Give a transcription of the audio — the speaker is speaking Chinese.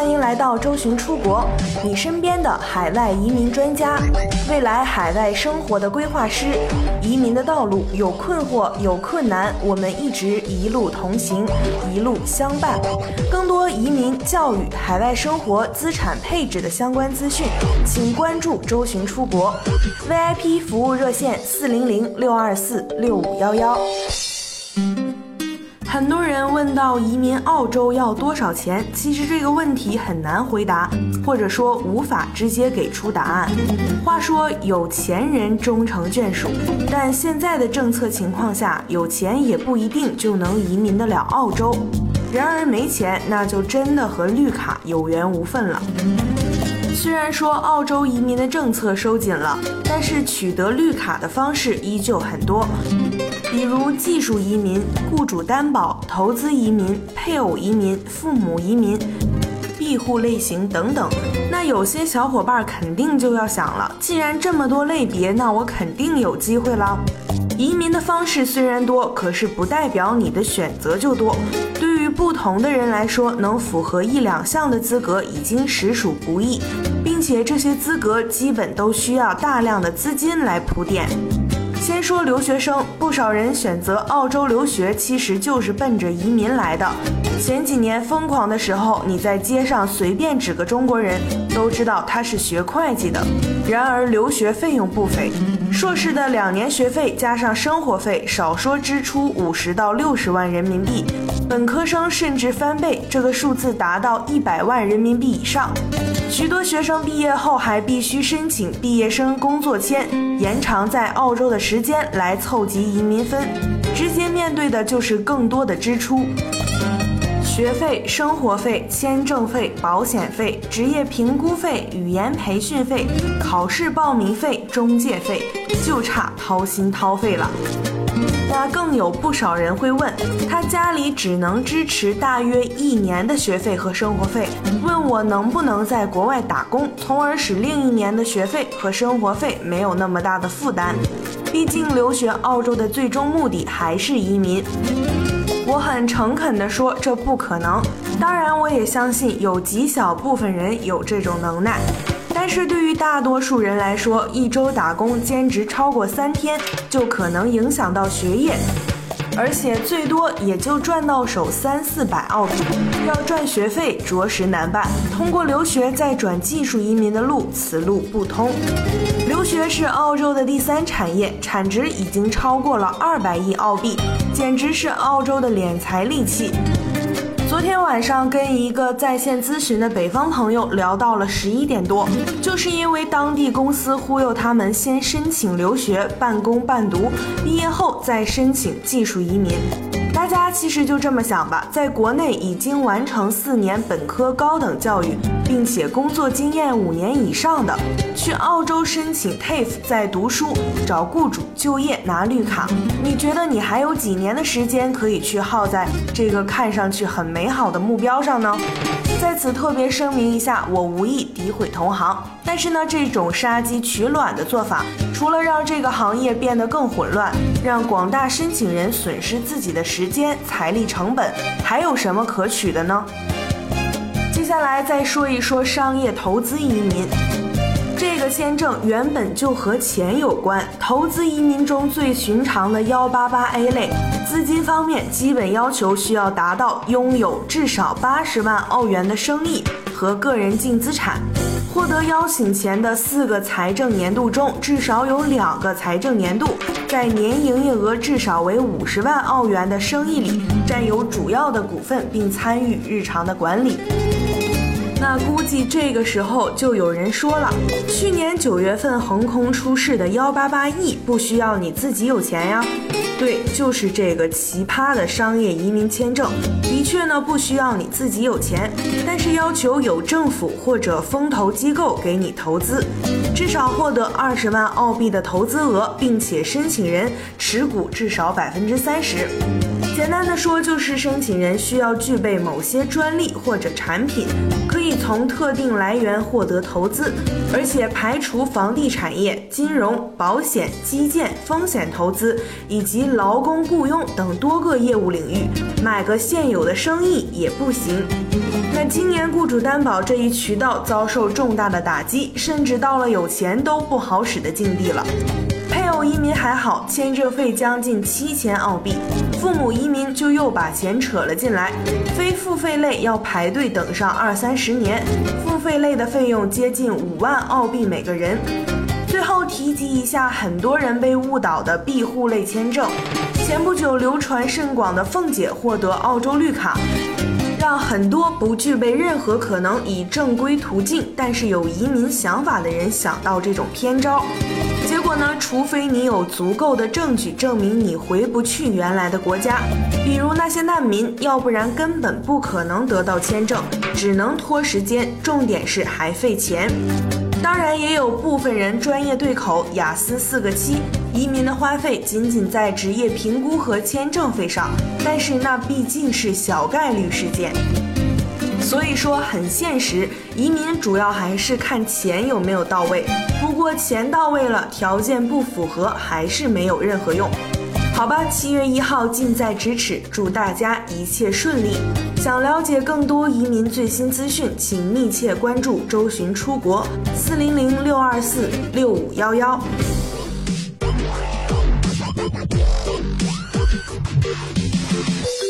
欢迎来到周巡出国，你身边的海外移民专家，未来海外生活的规划师。移民的道路有困惑有困难，我们一直一路同行，一路相伴。更多移民、教育、海外生活、资产配置的相关资讯，请关注周巡出国 VIP 服务热线400-624-6511。很多人问到移民澳洲要多少钱，其实这个问题很难回答，或者说无法直接给出答案。话说有钱人终成眷属，但现在的政策情况下，有钱也不一定就能移民得了澳洲。然而没钱，那就真的和绿卡有缘无分了。虽然说澳洲移民的政策收紧了，但是取得绿卡的方式依旧很多，比如技术移民、雇主担保、投资移民、配偶移民、父母移民、庇护类型等等。那有些小伙伴肯定就要想了，既然这么多类别，那我肯定有机会了。移民的方式虽然多，可是不代表你的选择就多。对于不同的人来说，能符合1、2项的资格已经实属不易，并且这些资格基本都需要大量的资金来铺垫。先说留学生，不少人选择澳洲留学其实就是奔着移民来的。前几年疯狂的时候，你在街上随便指个中国人都知道他是学会计的。然而留学费用不菲，硕士的2年学费加上生活费，少说支出50到60万人民币，本科生甚至翻倍，这个数字达到100万人民币以上。许多学生毕业后还必须申请毕业生工作签，延长在澳洲的时间来凑集移民分，直接面对的就是更多的支出。学费、生活费、签证费、保险费、职业评估费、语言培训费、考试报名费、中介费，就差掏心掏肺了。那更有不少人会问，他家里只能支持大约1年的学费和生活费，问我能不能在国外打工，从而使另1年的学费和生活费没有那么大的负担。毕竟留学澳洲的最终目的还是移民。我很诚恳地说，这不可能。当然，我也相信有极小部分人有这种能耐。但是对于大多数人来说，1周打工兼职超过3天就可能影响到学业，而且最多也就赚到手300-400澳币，要赚学费着实难办。通过留学再转技术移民的路，此路不通。留学是澳洲的第3产业，产值已经超过了200亿澳币，简直是澳洲的敛财利器。昨天晚上跟一个在线咨询的北方朋友聊到了11点多，就是因为当地公司忽悠他们先申请留学，半工半读，毕业后再申请技术移民。大家其实就这么想吧，在国内已经完成4年本科高等教育，并且工作经验5年以上的，去澳洲申请 TAFE 再读书，找雇主就业拿绿卡。你觉得你还有几年的时间可以去耗在这个看上去很美好的目标上呢？在此特别声明一下，我无意诋毁同行，但是呢，这种杀鸡取卵的做法，除了让这个行业变得更混乱，让广大申请人损失自己的时间、财力成本，还有什么可取的呢？接下来再说一说商业投资移民。这个签证原本就和钱有关，投资移民中最寻常的188A 类，资金方面基本要求需要达到拥有至少80万澳元的生意和个人净资产，获得邀请前的4个财政年度中至少有2个财政年度在年营业额至少为50万澳元的生意里占有主要的股份，并参与日常的管理。那估计这个时候就有人说了，去年9月份横空出世的188亿不需要你自己有钱呀。对，就是这个奇葩的商业移民签证，的确呢不需要你自己有钱，但是要求有政府或者风投机构给你投资，至少获得20万澳币的投资额，并且申请人持股至少30%。 简单的说，就是申请人需要具备某些专利或者产品，可以从特定来源获得投资，而且排除房地产业、金融、保险、基建、风险投资以及劳工雇佣等多个业务领域，买个现有的生意也不行。那今年雇主担保这一渠道遭受重大的打击，甚至到了有钱都不好使的境地了。配偶移民还好，签证费将近7000澳币，父母移民就又把钱扯了进来，非付费类要排队等上20-30年，付费类的费用接近5万澳币每个人。最后提及一下很多人被误导的庇护类签证，前不久流传甚广的凤姐获得澳洲绿卡，让很多不具备任何可能以正规途径但是有移民想法的人想到这种偏招。结果呢，除非你有足够的证据证明你回不去原来的国家，比如那些难民，要不然根本不可能得到签证，只能拖时间，重点是还费钱。当然也有部分人专业对口，雅思4个7，移民的花费仅仅在职业评估和签证费上，但是那毕竟是小概率事件。所以说很现实，移民主要还是看钱有没有到位，不过钱到位了，条件不符合还是没有任何用。好吧，7月1号近在咫尺，祝大家一切顺利。想了解更多移民最新资讯，请密切关注周巡出国400-624-6511。